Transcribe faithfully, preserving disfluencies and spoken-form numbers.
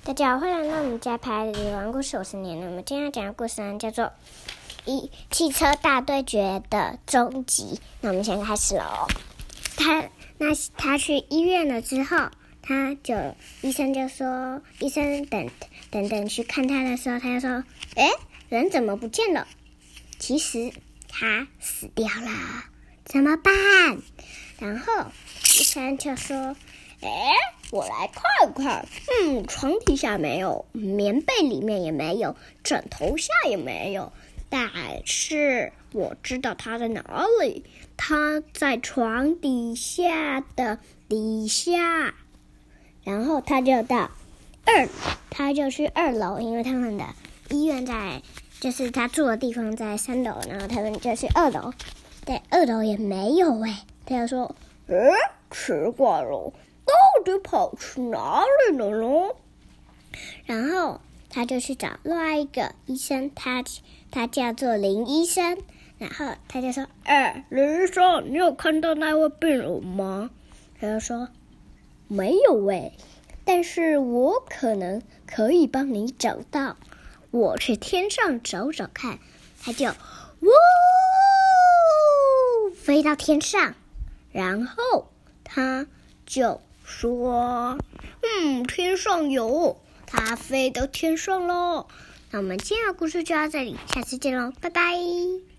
大家好，欢迎来到我们家牌里玩故事。我是年年。我们今天要讲的故事呢，叫做《一汽车大对决的终极》。那我们先开始喽。他那他去医院了之后，他就医生就说，医生等等等去看他的时候，他就说：“哎，人怎么不见了？其实他死掉了，怎么办？”然后医生就说：“哎，我来看看，嗯，床底下没有，棉被里面也没有，枕头下也没有，但是我知道它在哪里，它在床底下的底下。”然后他就到二，他就去二楼，因为他们的医院在，就是他住的地方在三楼，然后他们就去二楼，在二楼也没有诶，他就说：“诶，奇怪了。到底跑去哪里了呢？”然后他就去找另外一个医生，他他叫做林医生。然后他就说：“哎，林医生，你有看到那位病人吗？”他就说：“没有喂，但是我可能可以帮你找到。我去天上找找看。”他就呜飞到天上，然后他就说：“嗯，天上有，它飞到天上喽。”那我们今天的故事就到这里，下次见喽，拜拜。